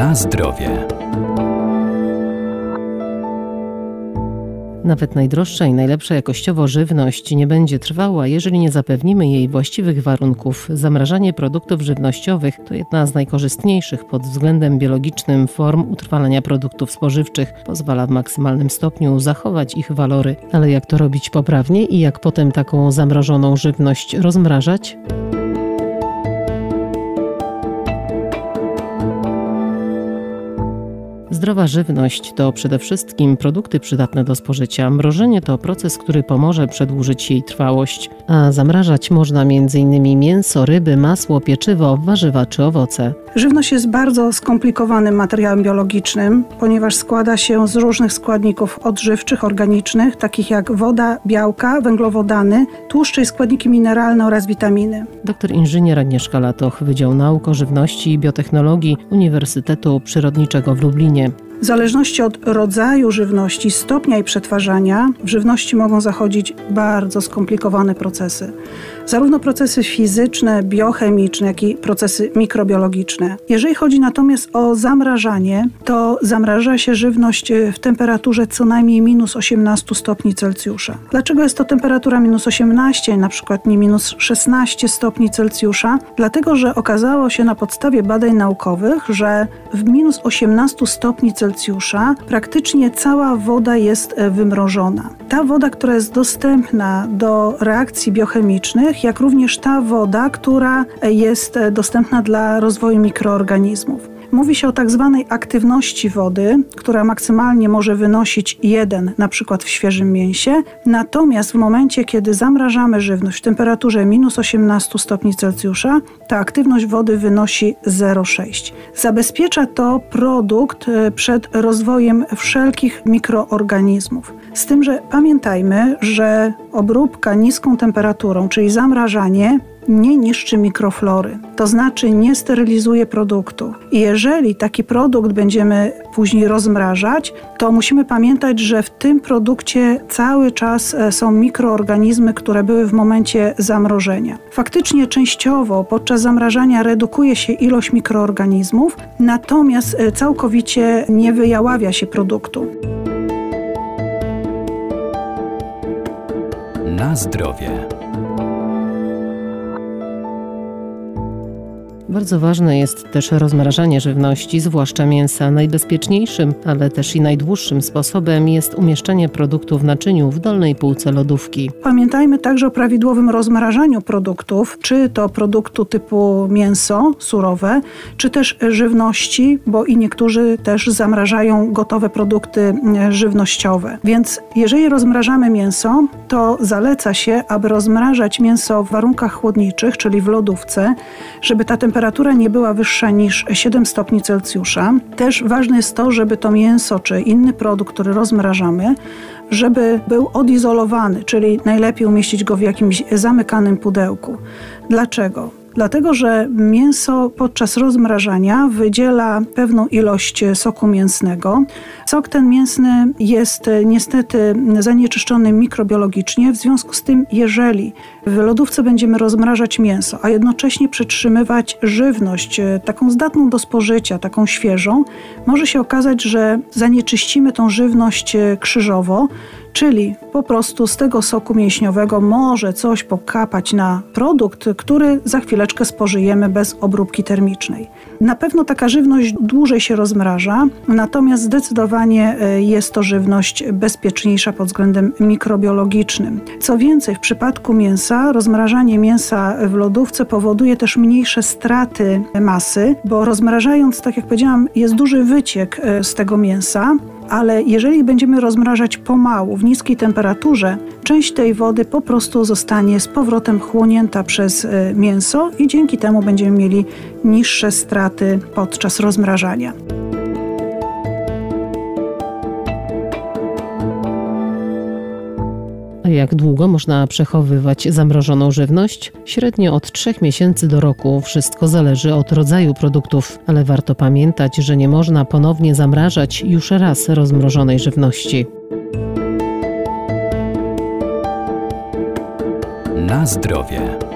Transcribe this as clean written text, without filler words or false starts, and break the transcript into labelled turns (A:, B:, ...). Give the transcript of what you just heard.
A: Na zdrowie.
B: Nawet najdroższa i najlepsza jakościowo żywność nie będzie trwała, jeżeli nie zapewnimy jej właściwych warunków. Zamrażanie produktów żywnościowych to jedna z najkorzystniejszych pod względem biologicznym form utrwalania produktów spożywczych. Pozwala w maksymalnym stopniu zachować ich walory. Ale jak to robić poprawnie i jak potem taką zamrożoną żywność rozmrażać? Zdrowa żywność to przede wszystkim produkty przydatne do spożycia. Mrożenie to proces, który pomoże przedłużyć jej trwałość, a zamrażać można m.in. mięso, ryby, masło, pieczywo, warzywa czy owoce.
C: Żywność jest bardzo skomplikowanym materiałem biologicznym, ponieważ składa się z różnych składników odżywczych, organicznych, takich jak woda, białka, węglowodany, tłuszcze i składniki mineralne oraz witaminy.
B: Doktor inżynier Agnieszka Latoch, Wydział Nauk o Żywności i Biotechnologii Uniwersytetu Przyrodniczego w Lublinie.
C: W zależności od rodzaju żywności, stopnia jej przetwarzania, w żywności mogą zachodzić bardzo skomplikowane procesy. Zarówno procesy fizyczne, biochemiczne, jak i procesy mikrobiologiczne. Jeżeli chodzi natomiast o zamrażanie, to zamraża się żywność w temperaturze co najmniej minus 18 stopni Celsjusza. Dlaczego jest to temperatura minus 18, na przykład nie minus 16 stopni Celsjusza? Dlatego, że okazało się na podstawie badań naukowych, że w minus 18 stopni Celsjusza praktycznie cała woda jest wymrożona. Ta woda, która jest dostępna do reakcji biochemicznych, jak również ta woda, która jest dostępna dla rozwoju mikroorganizmów. Mówi się o tak zwanej aktywności wody, która maksymalnie może wynosić 1, na przykład w świeżym mięsie. Natomiast w momencie, kiedy zamrażamy żywność w temperaturze minus 18 stopni Celsjusza, ta aktywność wody wynosi 0,6. Zabezpiecza to produkt przed rozwojem wszelkich mikroorganizmów. Z tym, że pamiętajmy, że obróbka niską temperaturą, czyli zamrażanie, nie niszczy mikroflory, to znaczy nie sterylizuje produktu. I jeżeli taki produkt będziemy później rozmrażać, to musimy pamiętać, że w tym produkcie cały czas są mikroorganizmy, które były w momencie zamrożenia. Faktycznie częściowo podczas zamrażania redukuje się ilość mikroorganizmów, natomiast całkowicie nie wyjaławia się produktu.
A: Na zdrowie.
B: Bardzo ważne jest też rozmrażanie żywności, zwłaszcza mięsa. Najbezpieczniejszym, ale też i najdłuższym sposobem jest umieszczenie produktu w naczyniu w dolnej półce lodówki.
C: Pamiętajmy także o prawidłowym rozmrażaniu produktów, czy to produktu typu mięso surowe, czy też żywności, bo i niektórzy też zamrażają gotowe produkty żywnościowe. Więc jeżeli rozmrażamy mięso, to zaleca się, aby rozmrażać mięso w warunkach chłodniczych, czyli w lodówce, żeby ta temperatura nie była wyższa niż 7 stopni Celsjusza. Też ważne jest to, żeby to mięso czy inny produkt, który rozmrażamy, żeby był odizolowany, czyli najlepiej umieścić go w jakimś zamykanym pudełku. Dlaczego? Dlatego, że mięso podczas rozmrażania wydziela pewną ilość soku mięsnego. Sok ten mięsny jest niestety zanieczyszczony mikrobiologicznie, w związku z tym, jeżeli w lodówce będziemy rozmrażać mięso, a jednocześnie przetrzymywać żywność taką zdatną do spożycia, taką świeżą, może się okazać, że zanieczyścimy tą żywność krzyżowo, czyli po prostu z tego soku mięśniowego może coś pokapać na produkt, który za chwileczkę spożyjemy bez obróbki termicznej. Na pewno taka żywność dłużej się rozmraża, natomiast zdecydowanie jest to żywność bezpieczniejsza pod względem mikrobiologicznym. Co więcej, w przypadku mięsa, rozmrażanie mięsa w lodówce powoduje też mniejsze straty masy, bo rozmrażając, tak jak powiedziałam, jest duży wyciek z tego mięsa, ale jeżeli będziemy rozmrażać pomału, w niskiej temperaturze, część tej wody po prostu zostanie z powrotem chłonięta przez mięso i dzięki temu będziemy mieli niższe straty podczas rozmrażania.
B: A jak długo można przechowywać zamrożoną żywność? Średnio od 3 miesięcy do roku. Wszystko zależy od rodzaju produktów, ale warto pamiętać, że nie można ponownie zamrażać już raz rozmrożonej żywności.
A: Na zdrowie.